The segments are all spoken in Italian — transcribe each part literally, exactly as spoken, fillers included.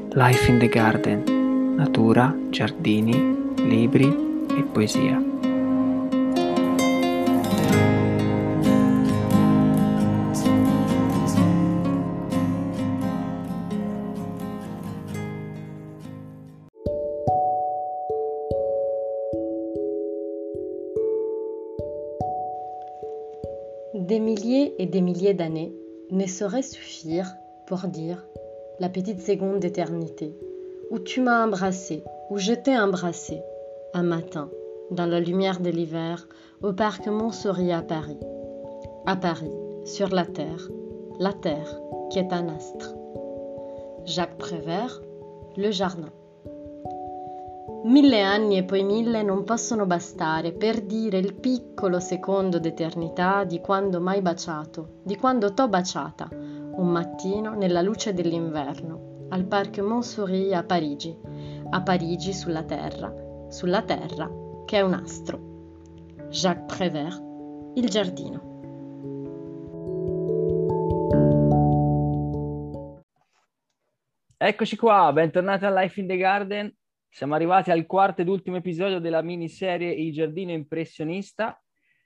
Life in the Garden, natura, giardini, libri e poesia. Des milliers et des milliers d'années ne sauraient suffire pour dire la petite seconde d'éternité, où tu m'as embrassé, où je t'ai embrassé, un matin, dans la lumière de l'hiver, au parc Montsouris à Paris. À Paris, sur la terre, la terre qui est un astre. Jacques Prévert, Le Jardin. Mille anni e poi mille non possono bastare per dire il piccolo secondo d'eternità di quando m'hai baciato, di quando t'ho baciata, un mattino nella luce dell'inverno, al Parc Montsouris a Parigi, a Parigi sulla terra, sulla terra che è un astro. Jacques Prévert, Il giardino. Eccoci qua, bentornati a Life in the Garden. Siamo arrivati al quarto ed ultimo episodio della miniserie Il giardino impressionista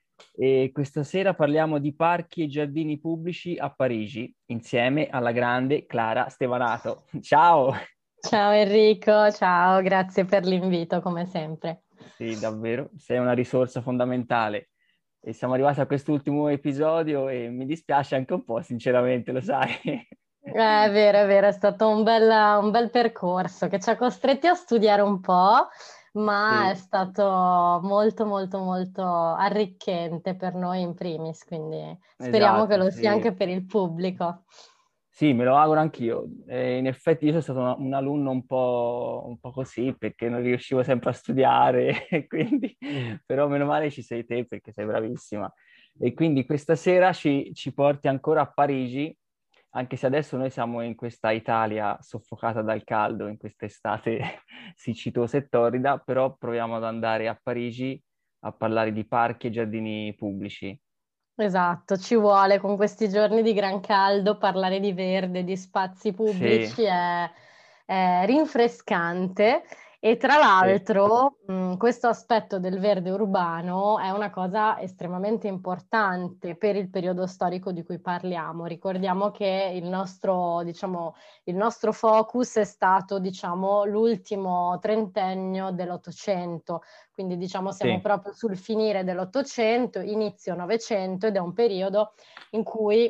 e questa sera parliamo di parchi e giardini pubblici a Parigi insieme alla grande Clara Stevanato. Ciao! Ciao Enrico, ciao, grazie per l'invito come sempre. Sì, davvero, sei una risorsa fondamentale. E siamo arrivati a quest'ultimo episodio e mi dispiace anche un po', sinceramente, lo sai. Eh, È vero, è vero, è stato un bel, un bel percorso che ci ha costretti a studiare un po', ma è Sì, stato molto, molto, molto arricchente per noi in primis, quindi speriamo che esatto, lo sia sì. anche per il pubblico. Sì, me lo auguro anch'io. E in effetti io sono stato una- un alunno un po', un po' così perché non riuscivo sempre a studiare, e quindi, però meno male ci sei te perché sei bravissima. E quindi questa sera ci, ci porti ancora a Parigi, anche se adesso noi siamo in questa Italia soffocata dal caldo, in questa estate siccitosa e torrida, però proviamo ad andare a Parigi a parlare di parchi e giardini pubblici. Esatto, ci vuole con questi giorni di gran caldo parlare di verde, di spazi Sì, pubblici è, è rinfrescante e tra sì, l'altro mh, questo aspetto del verde urbano è una cosa estremamente importante per il periodo storico di cui parliamo. Ricordiamo che il nostro, diciamo, il nostro focus è stato, diciamo, l'ultimo trentennio dell'Ottocento, quindi diciamo siamo sì, proprio sul finire dell'Ottocento, inizio Novecento ed è un periodo in cui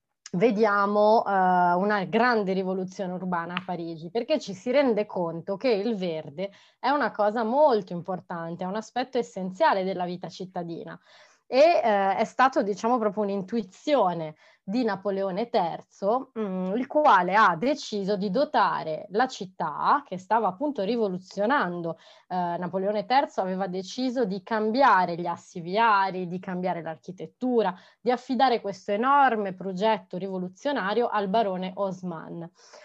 vediamo eh, una grande rivoluzione urbana a Parigi, perché ci si rende conto che il verde è una cosa molto importante, è un aspetto essenziale della vita cittadina. E eh, è stato, diciamo, proprio un'intuizione di Napoleone terzo, mh, il quale ha deciso di dotare la città, che stava appunto rivoluzionando. eh, Napoleone terzo aveva deciso di cambiare gli assi viari, di cambiare l'architettura, di affidare questo enorme progetto rivoluzionario al barone Haussmann.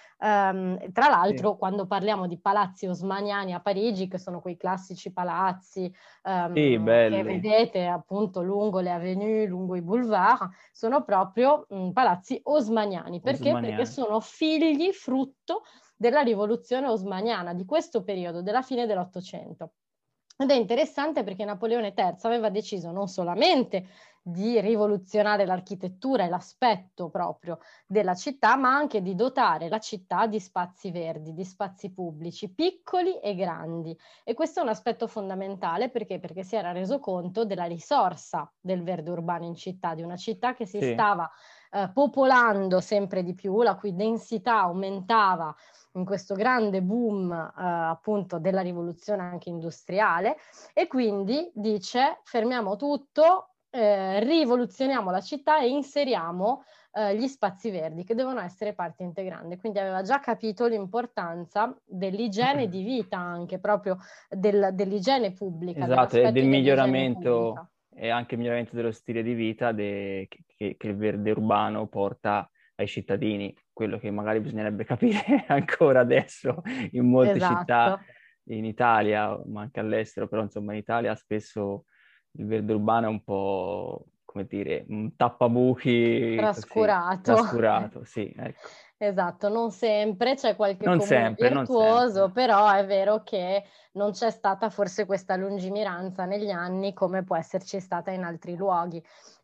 Um, tra sì, l'altro, quando parliamo di palazzi osmaniani a Parigi, che sono quei classici palazzi sì, um, che belli. vedete appunto lungo le avenue, lungo i boulevard, sono proprio um, palazzi osmaniani. Perché? Perché Osmaniani. sono figli, frutto della rivoluzione osmaniana, di questo periodo, della fine dell'Ottocento. Ed è interessante perché Napoleone terzo aveva deciso non solamente di rivoluzionare l'architettura e l'aspetto proprio della città, ma anche di dotare la città di spazi verdi, di spazi pubblici, piccoli e grandi. E questo è un aspetto fondamentale perché? Perché si era reso conto della risorsa del verde urbano in città, di una città che si Sì, stava eh, popolando sempre di più, la cui densità aumentava in questo grande boom eh, appunto della rivoluzione anche industriale e quindi dice fermiamo tutto, eh, rivoluzioniamo la città e inseriamo eh, gli spazi verdi che devono essere parte integrante. Quindi aveva già capito l'importanza dell'igiene di vita anche proprio del, dell'igiene pubblica, esatto, e del dell'aspetto dell'igiene miglioramento pubblica. e anche il miglioramento dello stile di vita de- che, che- che il verde urbano porta ai cittadini, quello che magari bisognerebbe capire ancora adesso in molte città Esatto, in Italia, ma anche all'estero, però insomma in Italia spesso il verde urbano è un po', come dire, un tappabuchi così, trascurato. trascurato, sì, ecco. Esatto, non sempre c'è qualche Non comune sempre, non virtuoso, sempre. però è vero che non c'è stata forse questa lungimiranza negli anni come può esserci stata in altri luoghi.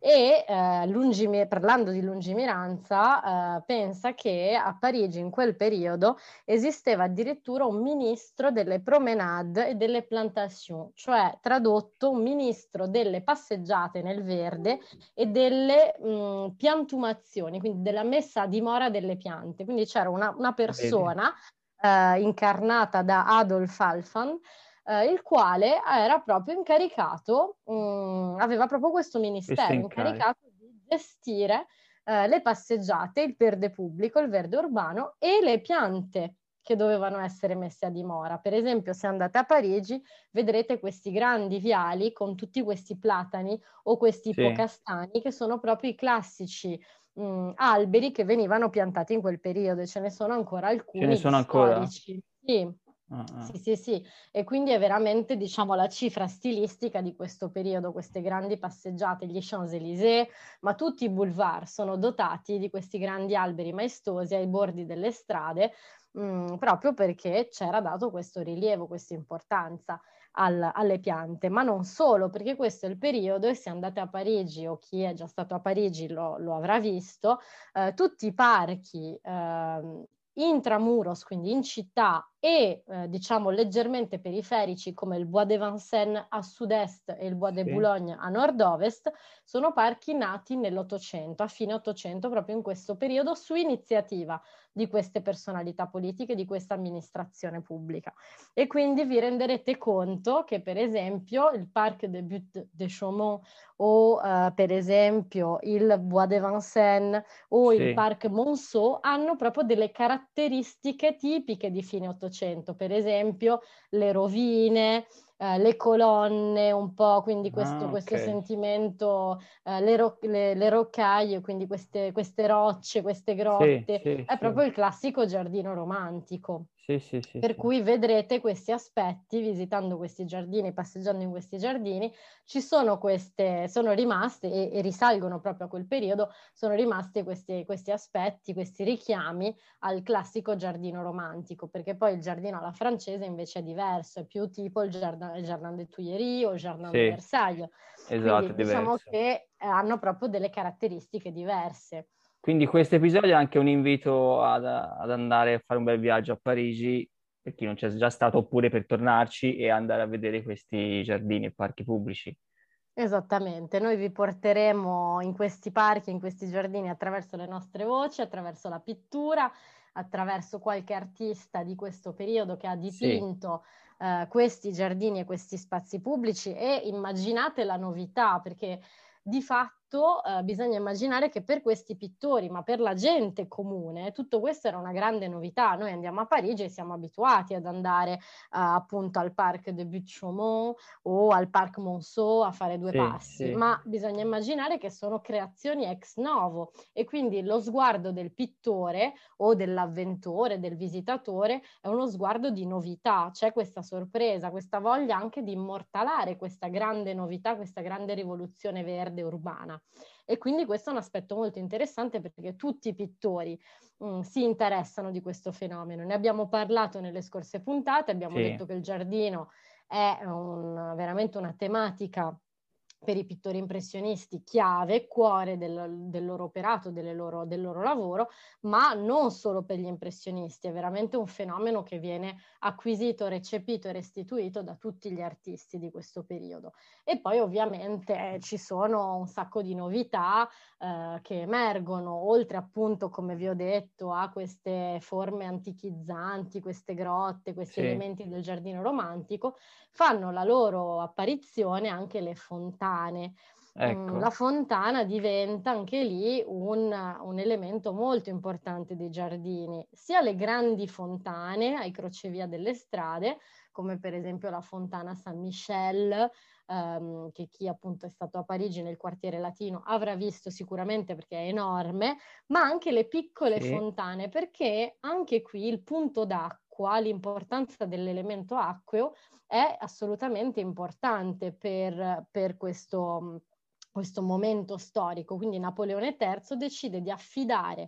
E eh, lungimi- parlando di lungimiranza, eh, pensa che a Parigi in quel periodo esisteva addirittura un ministro delle promenade e delle plantation, cioè tradotto un ministro delle passeggiate nel verde e delle mh, piantumazioni, quindi della messa a dimora delle piante. Quindi c'era una, una Vedi? persona eh, incarnata da Adolf Alfan, eh, il quale era proprio incaricato, mh, aveva proprio questo Questo ministero incarico. incaricato di gestire eh, le passeggiate, il verde pubblico, il verde urbano e le piante che dovevano essere messe a dimora. Per esempio, se andate a Parigi, vedrete questi grandi viali con tutti questi platani o questi Sì, ipocastani che sono proprio i classici mh, alberi che venivano piantati in quel periodo e ce ne sono ancora ce ne alcuni di sono ancora? storici. Sì. Ah, Sì, ah. sì, sì, e quindi è veramente, diciamo, la cifra stilistica di questo periodo, queste grandi passeggiate, gli Champs-Élysées, ma tutti i boulevard sono dotati di questi grandi alberi maestosi ai bordi delle strade, mh, proprio perché c'era dato questo rilievo, questa importanza al- alle piante, ma non solo, perché questo è il periodo, e se andate a Parigi o chi è già stato a Parigi lo, lo avrà visto, eh, tutti i parchi ehm, intramuros, quindi in città, e eh, diciamo leggermente periferici come il Bois de Vincennes a sud-est e il Bois de Sì, Boulogne a nord-ovest, sono parchi nati nell'Ottocento, a fine Ottocento, proprio in questo periodo, su iniziativa di queste personalità politiche, di questa amministrazione pubblica. E quindi vi renderete conto che, per esempio, il Parc des Buttes de Chaumont o eh, per esempio il Bois de Vincennes o il sì, Parc Monceau hanno proprio delle caratteristiche tipiche di fine Ottocento, per esempio le rovine, eh, le colonne, un po', quindi questo, ah, questo ok. sentimento, eh, le, ro- le, le roccaie, quindi queste, queste rocce, queste Sì, grotte, sì, è sì, proprio il classico giardino romantico. sì, sì, sì, Per sì. cui vedrete questi aspetti visitando questi giardini, passeggiando in questi giardini, ci sono queste, sono rimaste e, e risalgono proprio a quel periodo, sono rimasti questi, questi aspetti, questi richiami al classico giardino romantico, perché poi il giardino alla francese invece è diverso, è più tipo il Jardin, il Jardin des Tuileries o il Jardin de Sì, Versailles. esatto, è Quindi diciamo diverso. che eh, hanno proprio delle caratteristiche diverse. Quindi questo episodio è anche un invito ad, ad andare a fare un bel viaggio a Parigi, per chi non c'è già stato, oppure per tornarci e andare a vedere questi giardini e parchi pubblici. Esattamente, noi vi porteremo in questi parchi, in questi giardini attraverso le nostre voci, attraverso la pittura, attraverso qualche artista di questo periodo che ha Sì, dipinto eh, questi giardini e questi spazi pubblici e immaginate la novità, perché di fatto eh, bisogna immaginare che per questi pittori, ma per la gente comune, tutto questo era una grande novità. Noi andiamo a Parigi e siamo abituati ad andare eh, appunto al Parc de Buttes-Chaumont o al Parc Monceau a fare due sì, passi, sì, ma bisogna immaginare che sono creazioni ex novo e quindi lo sguardo del pittore o dell'avventore, del visitatore, è uno sguardo di novità, c'è questa sorpresa, questa voglia anche di immortalare questa grande novità, questa grande rivoluzione verde urbana. E quindi questo è un aspetto molto interessante perché tutti i pittori mh, si interessano di questo fenomeno. Ne abbiamo parlato nelle scorse puntate, abbiamo sì, detto che il giardino è un, veramente una tematica per i pittori impressionisti chiave, cuore del, del loro operato, loro, del loro lavoro, ma non solo per gli impressionisti, è veramente un fenomeno che viene acquisito, recepito e restituito da tutti gli artisti di questo periodo. E poi ovviamente eh, ci sono un sacco di novità eh, che emergono, oltre appunto, come vi ho detto, a queste forme antichizzanti, queste grotte, questi sì, elementi del giardino romantico, fanno la loro apparizione anche le fontane. Mm, la ecco, fontana diventa anche lì un, un elemento molto importante dei giardini, sia le grandi fontane ai crocevia delle strade, come per esempio la fontana San Michel, ehm, che chi appunto è stato a Parigi nel quartiere latino avrà visto sicuramente perché è enorme, ma anche le piccole sì, fontane, perché anche qui il punto d'acqua, l'importanza dell'elemento acqueo è assolutamente importante per, per questo, questo momento storico. Quindi Napoleone terzo decide di affidare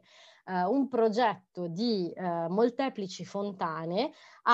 eh, un progetto di eh, molteplici fontane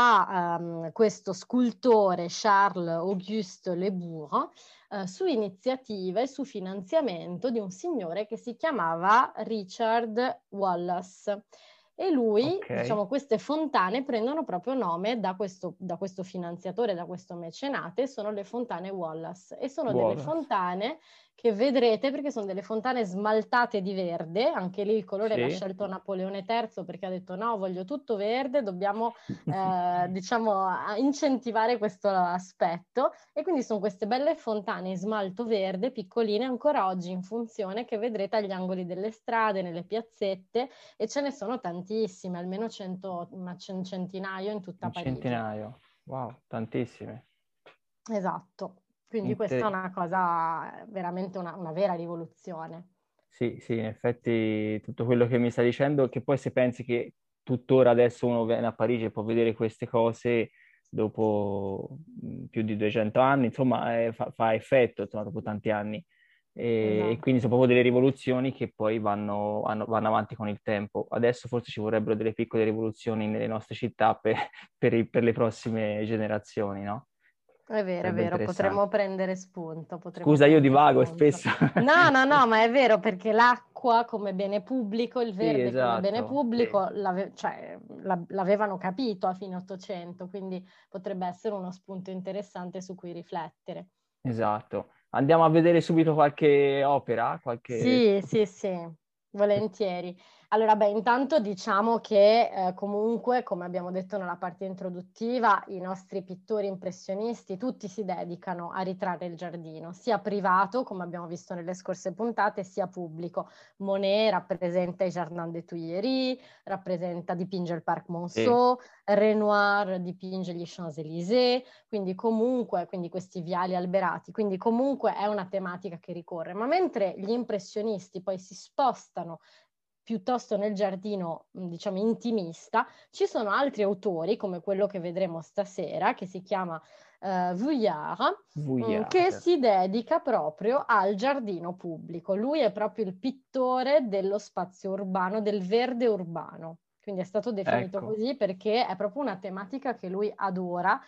a um, questo scultore Charles Auguste Le Bourg, eh, su iniziative, su finanziamento di un signore che si chiamava Richard Wallace. E lui, Ok, diciamo, queste fontane prendono proprio nome da questo, da questo finanziatore, da questo mecenate, sono le fontane Wallace. E sono delle Wallace. fontane che vedrete perché sono delle fontane smaltate di verde, anche lì il colore l'ha Sì. scelto Napoleone terzo perché ha detto no, voglio tutto verde, dobbiamo eh, diciamo incentivare questo aspetto, e quindi sono queste belle fontane in smalto verde, piccoline, ancora oggi in funzione, che vedrete agli angoli delle strade, nelle piazzette, e ce ne sono tantissime, almeno cento, una cen- centinaio in tutta Un Parigi. centinaio. Wow, tantissime. Esatto, quindi questa è Inter- una cosa, veramente una, una vera rivoluzione. Sì, sì, in effetti tutto quello che mi stai dicendo, che poi se pensi che tuttora adesso uno viene a Parigi e può vedere queste cose dopo mh, più di duecento anni, insomma, eh, fa, fa effetto, insomma, dopo tanti anni. E, e Esatto. quindi sono proprio delle rivoluzioni che poi vanno, hanno- vanno avanti con il tempo. Adesso forse ci vorrebbero delle piccole rivoluzioni nelle nostre città per, per i- per le prossime generazioni, no? È vero, è Sarebbe vero, potremmo interessante. prendere spunto, potremmo Scusa, io prendere divago spunto. spesso. No, no, no, ma è vero perché l'acqua come bene pubblico, il Sì, verde come bene esatto, sì. pubblico, l'ave- cioè, la- l'avevano capito a fine Ottocento, quindi potrebbe essere uno spunto interessante su cui riflettere. Esatto. Andiamo a vedere subito qualche opera, qualche... Sì, sì, sì, volentieri. Allora, beh, intanto diciamo che eh, comunque, come abbiamo detto nella parte introduttiva, i nostri pittori impressionisti tutti si dedicano a ritrarre il giardino, sia privato, come abbiamo visto nelle scorse puntate, sia pubblico. Monet rappresenta i Jardin des Tuileries, rappresenta, dipinge il Parc Sì, Monceau, Renoir dipinge gli Champs-Élysées, quindi comunque, quindi questi viali alberati, quindi comunque è una tematica che ricorre, ma mentre gli impressionisti poi si spostano piuttosto nel giardino, diciamo, intimista, ci sono altri autori, come quello che vedremo stasera, che si chiama eh, Vuillard, mh, che Vuillard. si dedica proprio al giardino pubblico. Lui è proprio il pittore dello spazio urbano, del verde urbano. Quindi è stato definito Ecco, così perché è proprio una tematica che lui adora,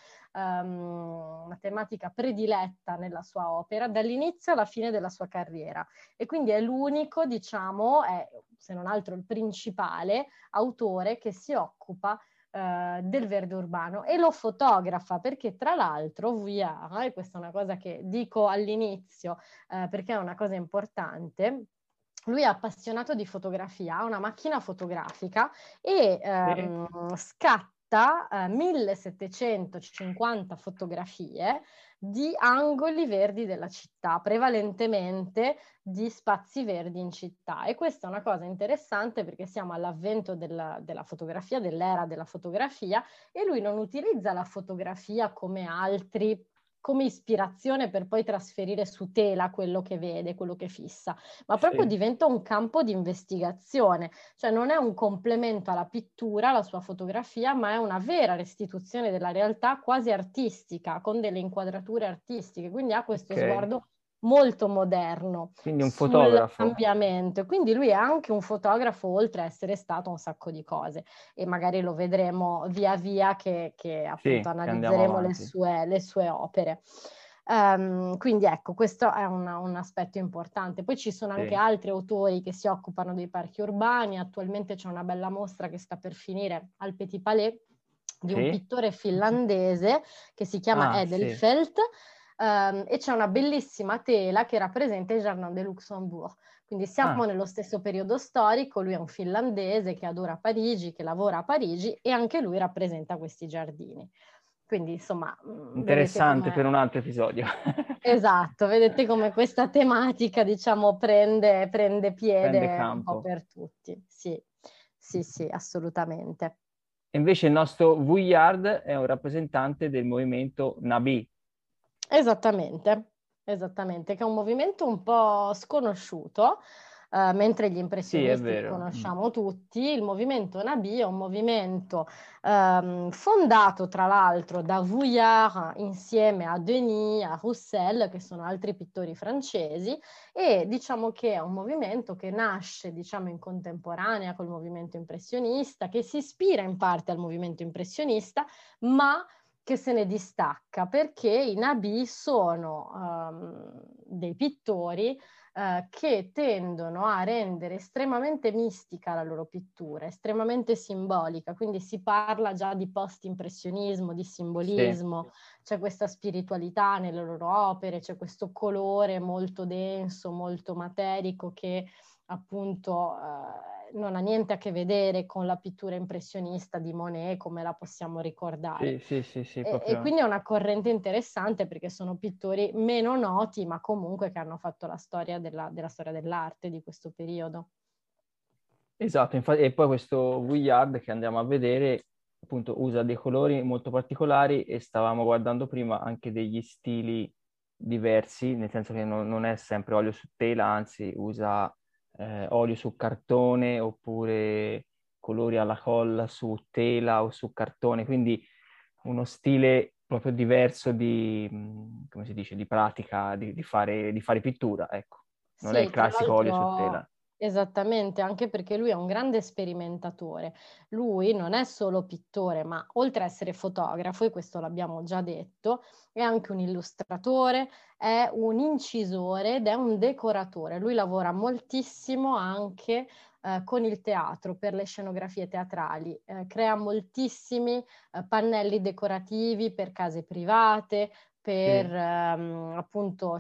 um, una tematica prediletta nella sua opera dall'inizio alla fine della sua carriera. E quindi è l'unico, diciamo, è, se non altro il principale autore che si occupa eh, del verde urbano e lo fotografa, perché tra l'altro Vuillard, e questa è una cosa che dico all'inizio eh, perché è una cosa importante, lui è appassionato di fotografia, ha una macchina fotografica e sì, ehm, scatta eh, millesettecentocinquanta fotografie di angoli verdi della città, prevalentemente di spazi verdi in città. E questa è una cosa interessante perché siamo all'avvento della, della fotografia, dell'era della fotografia, e lui non utilizza la fotografia come altri, come ispirazione per poi trasferire su tela quello che vede, quello che fissa, ma proprio sì. diventa un campo di investigazione, cioè non è un complemento alla pittura, la sua fotografia, ma è una vera restituzione della realtà quasi artistica, con delle inquadrature artistiche, quindi ha questo Ok, sguardo molto moderno quindi un sul fotografo. cambiamento. Quindi lui è anche un fotografo, oltre a essere stato un sacco di cose, e magari lo vedremo via via che, che appunto Sì, che andiamo analizzeremo le avanti. sue, le sue opere. Um, quindi ecco, questo è una, un aspetto importante. Poi ci sono anche Sì, altri autori che si occupano dei parchi urbani. Attualmente c'è una bella mostra che sta per finire al Petit Palais di un sì? pittore finlandese che si chiama Ah, sì. Edelfelt, um, e c'è una bellissima tela che rappresenta il Jardin de Luxembourg. Quindi siamo Ah, nello stesso periodo storico, lui è un finlandese che adora Parigi, che lavora a Parigi, e anche lui rappresenta questi giardini. Quindi insomma, mh, vedete interessante per come... un altro episodio. Esatto, vedete come questa tematica, diciamo, prende, prende Prende piede un po' campo. per tutti. Sì, sì, sì, assolutamente. E invece il nostro Vuillard è un rappresentante del movimento Nabi. Esattamente, esattamente, che è un movimento un po' sconosciuto, Uh, mentre gli Sì, è impressionisti li vero. conosciamo tutti, il movimento Nabi è un movimento um, fondato tra l'altro da Vuillard insieme a Denis, a Roussel, che sono altri pittori francesi, e diciamo che è un movimento che nasce, diciamo, in contemporanea col movimento impressionista, che si ispira in parte al movimento impressionista, ma che se ne distacca perché i Nabi sono um, dei pittori Uh, che tendono a rendere estremamente mistica la loro pittura, estremamente simbolica, quindi si parla già di post-impressionismo, di simbolismo, sì. C'è questa spiritualità nelle loro opere, c'è questo colore molto denso, molto materico che appunto uh, non ha niente a che vedere con la pittura impressionista di Monet come la possiamo ricordare. Sì, sì, sì, sì, E, proprio... e quindi è una corrente interessante perché sono pittori meno noti, ma comunque che hanno fatto la storia della, della storia dell'arte di questo periodo. Esatto, infatti, e poi questo Vuillard che andiamo a vedere, appunto, usa dei colori molto particolari e stavamo guardando prima anche degli stili diversi, nel senso che non, non è sempre olio su tela, anzi usa eh, olio su cartone oppure colori alla colla su tela o su cartone, quindi uno stile proprio diverso di, mh, come si dice, di pratica, di, di fare, di fare pittura, ecco. Non è il Sì, tra classico olio su tela. l'altro, esattamente, anche perché lui è un grande sperimentatore. Lui non è solo pittore, ma oltre a essere fotografo, e questo l'abbiamo già detto, è anche un illustratore, è un incisore ed è un decoratore. Lui lavora moltissimo anche eh, con il teatro per le scenografie teatrali, eh, crea moltissimi eh, pannelli decorativi per case private, per Sì. ehm, appunto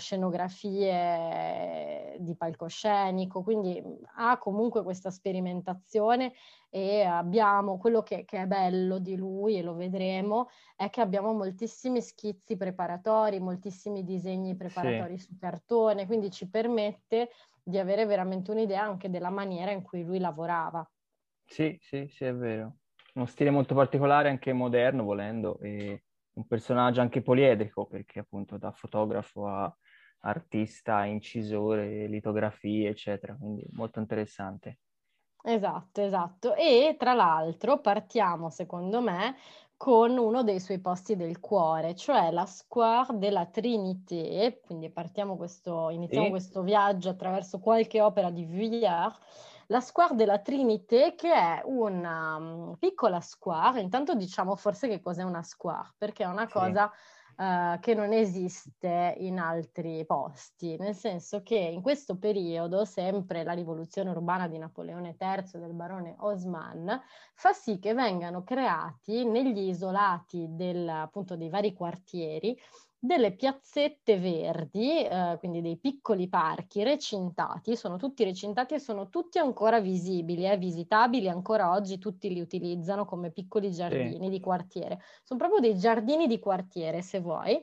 scenografie di palcoscenico, quindi ha comunque questa sperimentazione e abbiamo quello che, che è bello di lui e lo vedremo è che abbiamo moltissimi schizzi preparatori, moltissimi disegni preparatori Sì. su cartone, quindi ci permette di avere veramente un'idea anche della maniera in cui lui lavorava. Sì, sì, sì, è vero. Uno stile molto particolare, anche moderno, volendo, e un personaggio anche poliedrico, perché appunto da fotografo a artista, incisore, litografie, eccetera, quindi molto interessante. Esatto, esatto. E tra l'altro partiamo, secondo me, con uno dei suoi posti del cuore, cioè la Square de la Trinité. Quindi partiamo questo, iniziamo Sì, questo viaggio attraverso qualche opera di Vuillard. La Square de la Trinité, che è una um, piccola square, intanto diciamo forse che cos'è una square, perché è una sì, cosa Uh, che non esiste in altri posti, nel senso che in questo periodo, sempre la rivoluzione urbana di Napoleone terzo e del barone Haussmann, fa sì che vengano creati negli isolati del, appunto, dei vari quartieri delle piazzette verdi, eh, quindi dei piccoli parchi recintati, sono tutti recintati e sono tutti ancora visibili, eh, visitabili ancora oggi, tutti li utilizzano come piccoli sì, giardini di quartiere. Sono proprio dei giardini di quartiere, se vuoi.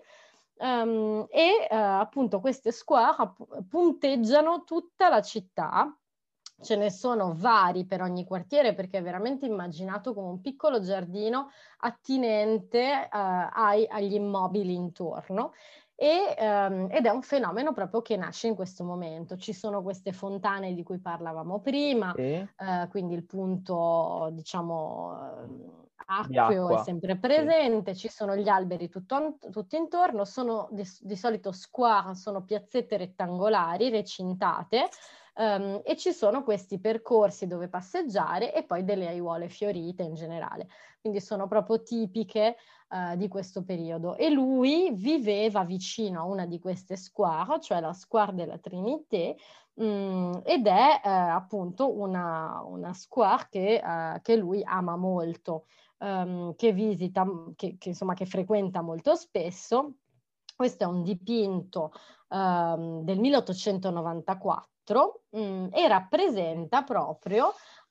Um, e uh, appunto queste square punteggiano tutta la città. Ce ne sono vari per ogni quartiere perché è veramente immaginato come un piccolo giardino attinente uh, ai, agli immobili intorno. E, um, ed è un fenomeno proprio che nasce in questo momento. Ci sono queste fontane di cui parlavamo prima, sì, uh, quindi il punto, diciamo, uh, di acqueo è acqua, sempre sì, presente, ci sono gli alberi tutto, tutto intorno, sono di, di solito square, sono piazzette rettangolari recintate. Um, e ci sono questi percorsi dove passeggiare e poi delle aiuole fiorite in generale. Quindi sono proprio tipiche uh, di questo periodo. E lui viveva vicino a una di queste square, cioè la Square della Trinité, um, ed è uh, appunto una, una square che, uh, che lui ama molto, um, che visita, che, che, insomma, che frequenta molto spesso. Questo è un dipinto um, del milleottocentonovantaquattro mh, e rappresenta proprio uh,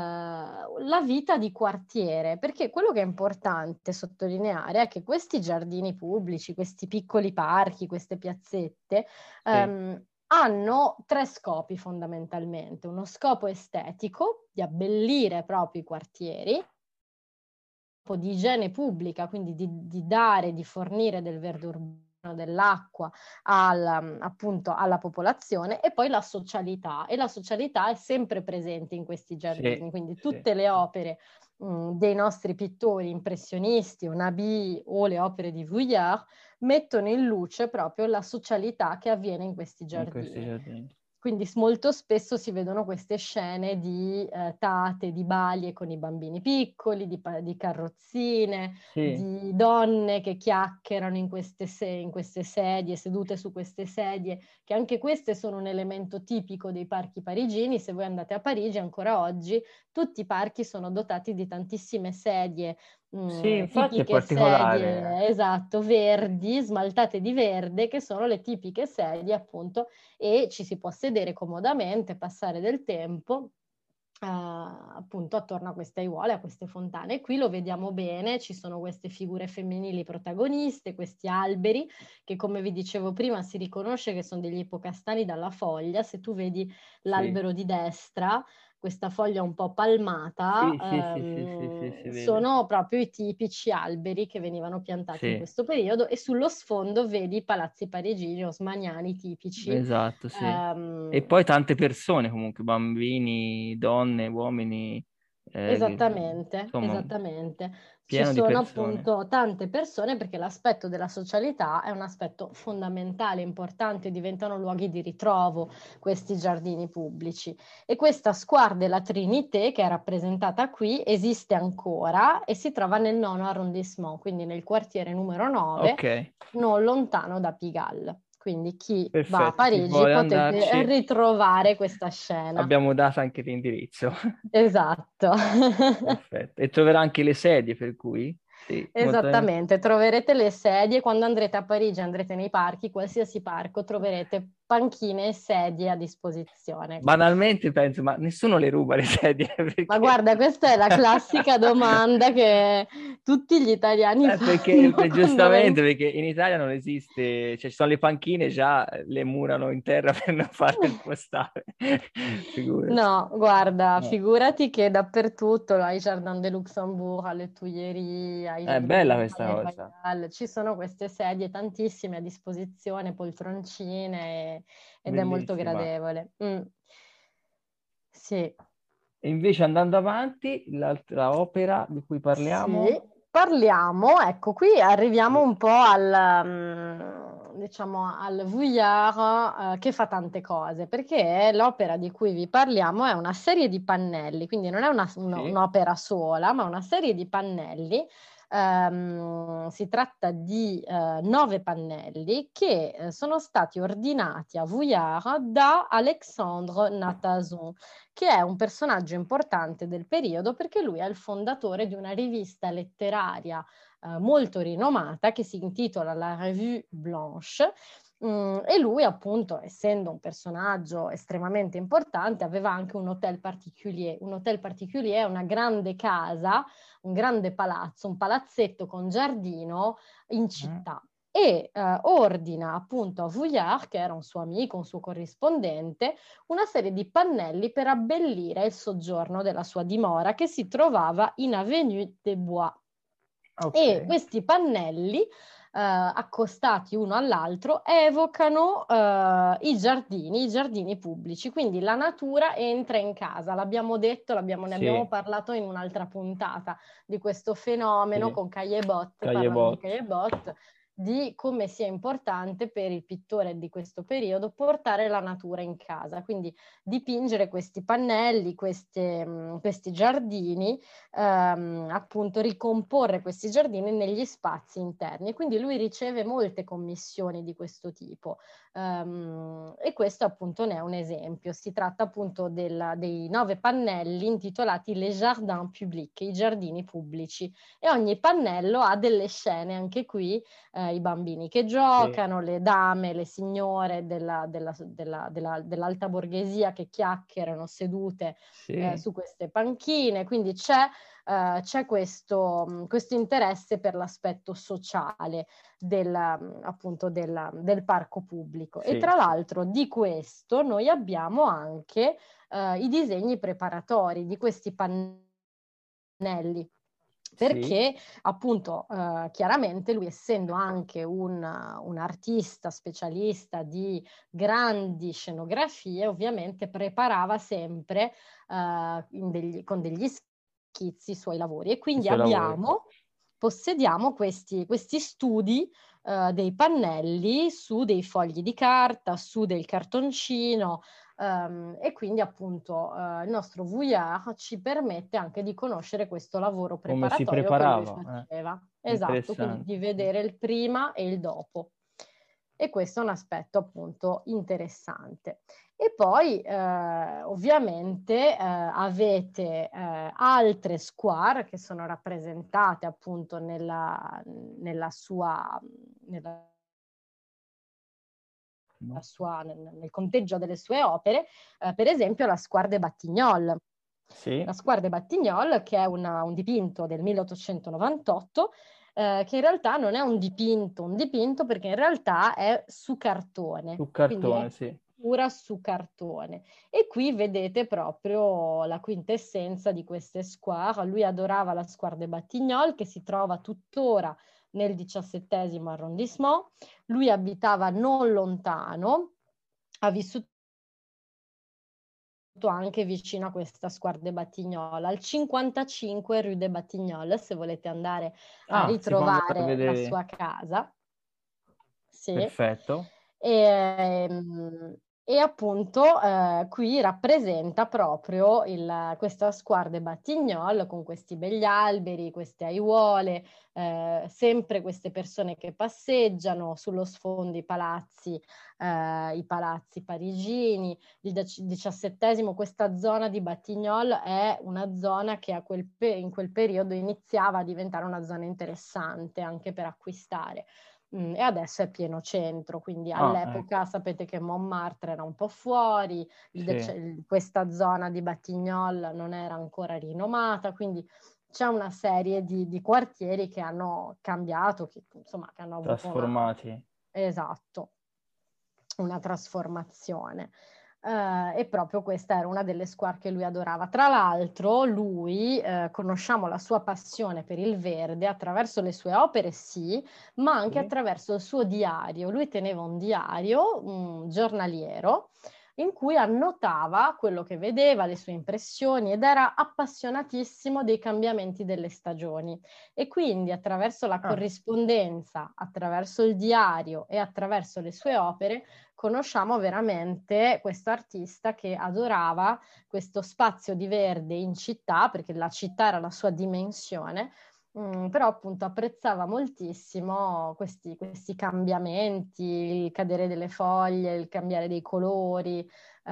la vita di quartiere, perché quello che è importante sottolineare è che questi giardini pubblici, questi piccoli parchi, queste piazzette, sì, um, hanno tre scopi fondamentalmente. Uno scopo estetico, di abbellire proprio i quartieri, di igiene pubblica, quindi di, di dare, di fornire del verde urbano dell'acqua al, appunto alla popolazione, e poi la socialità, e la socialità è sempre presente in questi giardini, Sì, quindi sì, tutte le sì. opere mh, dei nostri pittori impressionisti, Nabi o le opere di Vuillard mettono in luce proprio la socialità che avviene in questi In questi giardini. giardini. Quindi molto spesso si vedono queste scene di eh, tate, di balie con i bambini piccoli, di, di carrozzine, Sì, di donne che chiacchierano in queste, se- in queste sedie, sedute su queste sedie, che anche queste sono un elemento tipico dei parchi parigini. Se voi andate a Parigi ancora oggi, tutti i parchi sono dotati di tantissime sedie, sì, mh, infatti è tipiche particolare. sedie, esatto, verdi, smaltate di verde, che sono le tipiche sedie appunto, e ci si può sedere comodamente, passare del tempo eh, appunto attorno a queste aiuole, a queste fontane. E qui lo vediamo bene, ci sono queste figure femminili protagoniste, questi alberi che, come vi dicevo prima, si riconosce che sono degli ipocastani dalla foglia. Se tu vedi Sì. l'albero di destra, questa foglia un po' palmata, Sì, sì, sì, sì, sì, sì, si ehm, vede. sono proprio i tipici alberi che venivano piantati in Sì, questo periodo, e sullo sfondo vedi i palazzi parigini osmaniani tipici. esatto, sì. E ehm, poi tante persone comunque, bambini, donne, uomini, eh, che- Esattamente, insomma, esattamente. Ci pieno di sono persone. appunto tante persone, perché l'aspetto della socialità è un aspetto fondamentale, importante, diventano luoghi di ritrovo questi giardini pubblici. E questa Square de la Trinité, che è rappresentata qui, esiste ancora e si trova nel nono arrondissement, quindi nel quartiere numero nove, Ok, non lontano da Pigalle. Quindi chi va a perfetto, chi Parigi vuole potete andarci ritrovare questa scena. abbiamo dato anche l'indirizzo. Esatto. Perfetto. E troverà anche le sedie, per cui? Sì, molto... Esattamente, troverete le sedie quando andrete a Parigi, andrete nei parchi, qualsiasi parco, troverete panchine e sedie a disposizione. Banalmente penso, ma nessuno le ruba le sedie Ma perché... guarda, questa è la classica domanda che tutti gli italiani Eh, perché, fanno beh, quando giustamente, vengono. perché in Italia non esiste, cioè ci sono le panchine, già le murano in terra per non farle spostare. Figurati. No, guarda, No. figurati che dappertutto, ai Jardin de Luxembourg, alle Tuileries, ai È Giardini bella del questa Palais cosa. Royal, ci sono queste sedie tantissime a disposizione, poltroncine, ed è molto Bellissima. gradevole. Mm. Sì. E invece andando avanti, l'altra opera di cui Sì, parliamo, parliamo, ecco, qui arriviamo sì, un po' al, mm, diciamo, al Vuillard, eh, che fa tante cose, perché l'opera di cui vi parliamo è una serie di pannelli, quindi non è una- un- sì. un'opera sola, ma una serie di pannelli. Ehm, si tratta di eh, nove pannelli che eh, sono stati ordinati a Vuillard da Alexandre Natason, che è un personaggio importante del periodo, perché lui è il fondatore di una rivista letteraria eh, molto rinomata che si intitola La Revue Blanche. Mm, e lui, appunto, essendo un personaggio estremamente importante, aveva anche un hotel particulier. Un hotel particulier è una grande casa, un grande palazzo, un palazzetto con giardino in Mm. città. E eh, ordina appunto a Vuillard, che era un suo amico, un suo corrispondente, una serie di pannelli per abbellire il soggiorno della sua dimora, che si trovava in Avenue des Bois. Ok, E questi pannelli, eh, accostati uno all'altro, evocano eh, i giardini, i giardini pubblici. Quindi la natura entra in casa. L'abbiamo detto, l'abbiamo- ne abbiamo sì, parlato in un'altra puntata di questo fenomeno sì. con Caillebotte, parlando di Caillebotte. Caillebotte, di come sia importante per il pittore di questo periodo portare la natura in casa. Quindi dipingere questi pannelli, queste, mh, questi giardini, ehm, appunto ricomporre questi giardini negli spazi interni. Quindi lui riceve molte commissioni di questo tipo, ehm, e questo appunto ne è un esempio. Si tratta appunto del- dei nove pannelli intitolati Les Jardins Publics, i giardini pubblici, e ogni pannello ha delle scene, anche qui eh, i bambini che Sì, giocano, le dame, le signore della, della, della, della, dell'alta borghesia che chiacchierano sedute eh, sì, su queste panchine. Quindi c'è eh, c'è questo, questo interesse per l'aspetto sociale del, appunto del, del parco pubblico. E sì, tra sì. l'altro di questo noi abbiamo anche eh, i disegni preparatori di questi pannelli. Sì. perché appunto eh, chiaramente lui, essendo anche un, un artista specialista di grandi scenografie, ovviamente preparava sempre eh, in degli- con degli schizzi i suoi lavori, e I quindi suoi lavori. abbiamo, possediamo questi, questi studi eh, dei pannelli su dei fogli di carta, su del cartoncino. Um, e quindi appunto uh, il nostro Vuillard ci permette anche di conoscere questo lavoro Come si preparatorio che lui preparava? faceva. Eh. Esatto, quindi di Interessante. vedere il prima e il dopo. E questo è un aspetto appunto interessante. E poi eh, ovviamente eh, avete eh, altre square che sono rappresentate appunto nella, nella sua... Nella No? sua, nel, nel conteggio delle sue opere, eh, per esempio la Square de Batignolles. Sì, La Square de Batignolles, che è una, un dipinto del milleottocentonovantotto, eh, che in realtà non è un dipinto, un dipinto perché in realtà è su cartone, su quindi è cartone, sì. pittura su cartone. E qui vedete proprio la quintessenza di queste square. Lui adorava la Square de Batignolles, che si trova tuttora nel diciassettesimo arrondissement. Lui abitava non lontano, ha vissuto anche vicino a questa Square de Batignolles, al cinquantacinque Rue de Batignolles, se volete andare a Ah, si può andare a ritrovare la vedere. sua casa. Sì. Perfetto. E, ehm, e appunto eh, qui rappresenta proprio il, questa Square de Batignolles con questi begli alberi, queste aiuole, eh, sempre queste persone che passeggiano, sullo sfondo i palazzi, eh, i palazzi parigini. Il diciassettesimo, questa zona di Batignolles è una zona che a quel pe- in quel periodo iniziava a diventare una zona interessante anche per acquistare. Mm, e adesso è pieno centro, quindi Ah, all'epoca ecco. sapete che Montmartre era un po' fuori, il Sì. dec- il- questa zona di Batignolles non era ancora rinomata, quindi c'è una serie di, di quartieri che hanno cambiato, che, insomma, che hanno avuto una... Trasformati. Esatto, una trasformazione. Eh, e proprio questa era una delle squadre che lui adorava. Tra l'altro, lui, eh, conosciamo la sua passione per il verde attraverso le sue opere, sì, ma anche Sì. attraverso il suo diario. Lui teneva un diario, un giornaliero, in cui annotava quello che vedeva, le sue impressioni, ed era appassionatissimo dei cambiamenti delle stagioni. E quindi attraverso la Ah, corrispondenza, attraverso il diario e attraverso le sue opere, conosciamo veramente questo artista che adorava questo spazio di verde in città, perché la città era la sua dimensione, mh, però appunto apprezzava moltissimo questi, questi cambiamenti, il cadere delle foglie, il cambiare dei colori.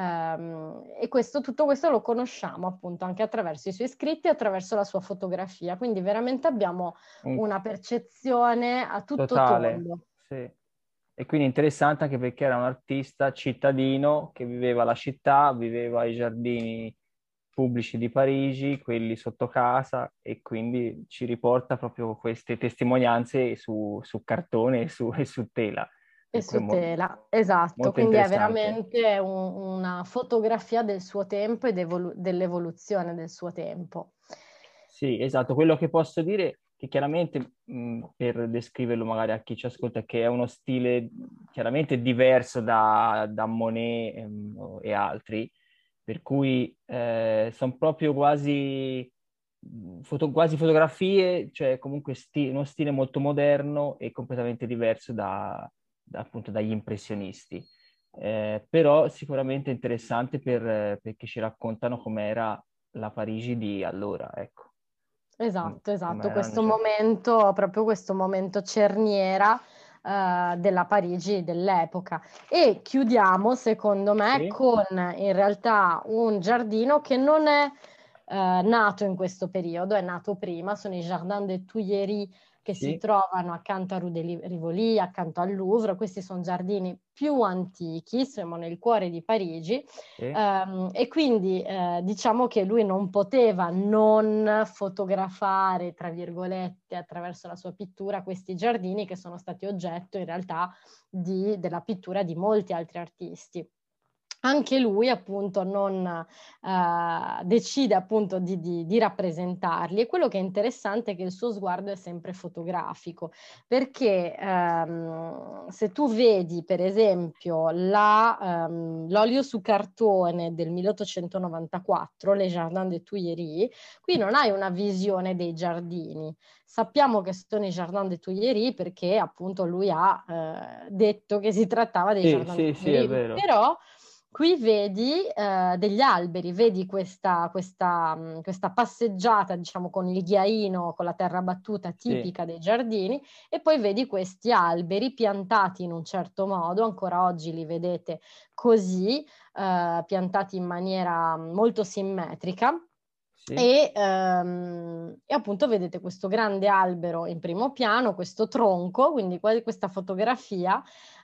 Um, e questo, tutto questo lo conosciamo appunto anche attraverso i suoi scritti e attraverso la sua fotografia, quindi veramente abbiamo un una percezione a tutto totale. tondo. Sì. E quindi interessante anche perché era un artista cittadino che viveva la città, viveva ai giardini pubblici di Parigi, quelli sotto casa, e quindi ci riporta proprio queste testimonianze su, su cartone e su, e su tela. E Per cui è su mo- tela, esatto, molto quindi è interessante. veramente un- una fotografia del suo tempo e devolu- dell'evoluzione del suo tempo. Sì, esatto. Quello che posso dire, che chiaramente, mh, per descriverlo magari a chi ci ascolta, è che è uno stile chiaramente diverso da, da Monet ehm, e altri, per cui sono proprio quasi, mh, foto- quasi fotografie, cioè comunque sti- uno stile molto moderno e completamente diverso da, da, appunto dagli impressionisti. Eh, però sicuramente interessante per, perché ci raccontano com'era la Parigi di allora, ecco. Com- Esatto, come esatto, erano, questo cioè. momento, proprio questo momento cerniera eh, della Parigi dell'epoca. E chiudiamo, secondo me, Sì, con in realtà un giardino che non è eh, nato in questo periodo, è nato prima, sono i Jardin des Tuileries che si sì, trovano accanto a Rue de Rivoli, accanto al Louvre. Questi sono giardini più antichi, siamo nel cuore di Parigi. sì. Um, e quindi eh, diciamo che lui non poteva non fotografare, tra virgolette, attraverso la sua pittura, questi giardini che sono stati oggetto in realtà di, della pittura di molti altri artisti. anche lui appunto non uh, decide appunto di, di, di rappresentarli. E quello che è interessante è che il suo sguardo è sempre fotografico, perché um, se tu vedi per esempio la, um, l'olio su cartone del milleottocentonovantaquattro, Les Jardins des Tuileries, qui non hai una visione dei giardini. Sappiamo che sono i Jardins des Tuileries perché appunto lui ha eh, detto che si trattava dei Sì, Jardins sì, des sì, è Tuileries, vero. però qui vedi eh, degli alberi, vedi questa, questa, mh, questa passeggiata, diciamo, con il ghiaino, con la terra battuta tipica Sì. dei giardini, e poi vedi questi alberi piantati in un certo modo, ancora oggi li vedete così, eh, piantati in maniera molto simmetrica. Sì. E, ehm, e appunto vedete questo grande albero in primo piano, questo tronco, quindi questa fotografia,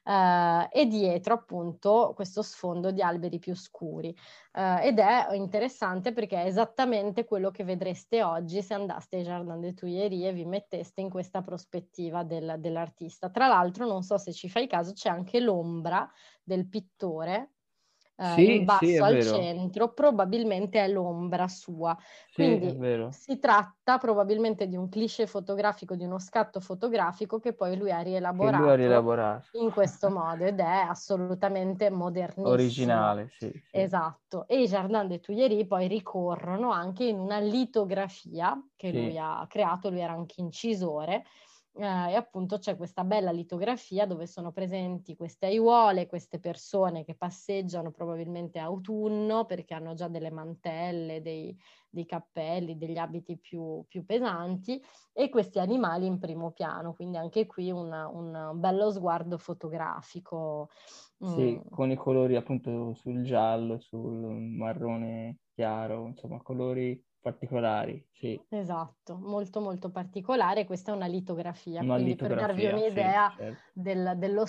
eh, e dietro appunto questo sfondo di alberi più scuri. Eh, ed è interessante perché è esattamente quello che vedreste oggi se andaste ai Jardin des Tuileries e vi metteste in questa prospettiva del, dell'artista. Tra l'altro, non so se ci fai caso, c'è anche l'ombra del pittore. Uh, in Sì, sì, è basso al vero. centro, probabilmente è l'ombra sua. Sì, è Quindi vero. si tratta probabilmente di un cliché fotografico, di uno scatto fotografico che poi lui ha Che lui ha rielaborato rielaborato. in questo modo ed è assolutamente modernissimo. Originale, sì, sì. Esatto. E i Jardin des Tuileries poi ricorrono anche in una litografia che Sì. lui ha creato, lui era anche incisore. Eh, e appunto c'è questa bella litografia dove sono presenti queste aiuole, queste persone che passeggiano probabilmente autunno perché hanno già delle mantelle, dei, dei cappelli, degli abiti più, più pesanti, e questi animali in primo piano, quindi anche qui una, un bello sguardo fotografico. Sì, Mm. con i colori appunto sul giallo, sul marrone chiaro, insomma, colori particolari, sì. Esatto, molto molto particolare. Questa è una litografia, Una quindi per darvi litografia, sì, un'idea certo. del- dello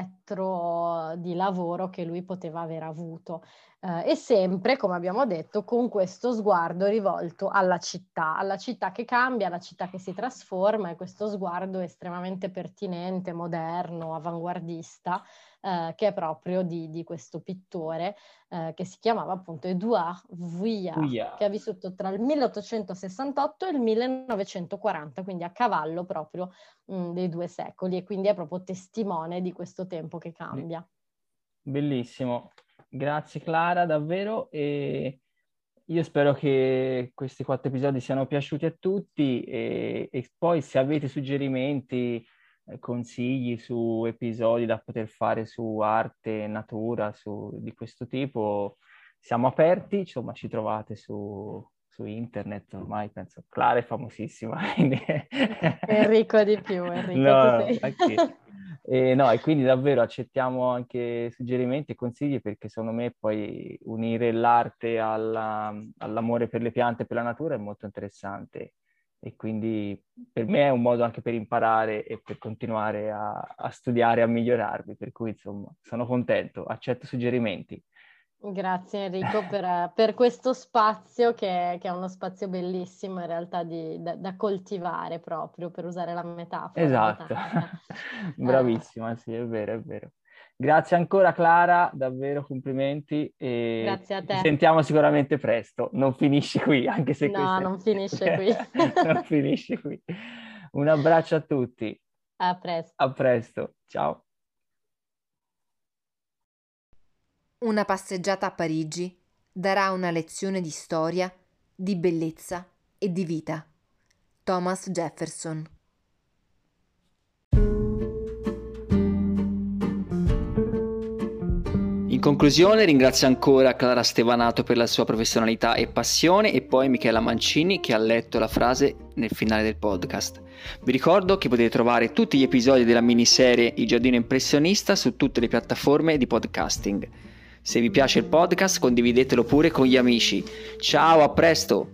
spettro di lavoro che lui poteva aver avuto. Eh, e sempre, come abbiamo detto, con questo sguardo rivolto alla città, alla città che cambia, alla città che si trasforma, e questo sguardo estremamente pertinente, moderno, avanguardista, eh, che è proprio di, di questo pittore, eh, che si chiamava appunto Édouard Vuillard, Uia. che ha vissuto tra il milleottocentosessantotto e il millenovecentoquaranta, quindi a cavallo proprio mh, dei due secoli, e quindi è proprio testimone di questo tempo che cambia. Bellissimo, grazie Clara, davvero, e io spero che questi quattro episodi siano piaciuti a tutti, e, e poi se avete suggerimenti, eh, consigli su episodi da poter fare su arte, natura, su, di questo tipo, siamo aperti, insomma ci trovate su, su internet, ormai penso Clara è famosissima, quindi... Enrico di più, Enrico, tu No, sei... ok. E no, e quindi davvero accettiamo anche suggerimenti e consigli, perché secondo me poi unire l'arte alla- all'amore per le piante e per la natura è molto interessante, e quindi per me è un modo anche per imparare e per continuare a, a studiare, a migliorarmi, per cui insomma sono contento, accetto suggerimenti. Grazie Enrico per, per questo spazio che, che è uno spazio bellissimo in realtà di- da, da coltivare, proprio per usare la metafora Esatto, botanica. Eh, bravissima, sì, è vero, è vero. Grazie ancora Clara, davvero complimenti, e grazie a ci te. sentiamo sicuramente presto. Non finisce qui, anche se No, questo non è... finisce qui. non finisce qui. Un abbraccio a tutti, A presto. a presto, ciao. Una passeggiata a Parigi darà una lezione di storia, di bellezza e di vita. Thomas Jefferson. In conclusione ringrazio ancora Clara Stevanato per la sua professionalità e passione, e poi Michela Mancini che ha letto la frase nel finale del podcast. Vi ricordo che potete trovare tutti gli episodi della miniserie Il Giardino Impressionista su tutte le piattaforme di podcasting. Se vi piace il podcast condividetelo pure con gli amici. Ciao, a presto!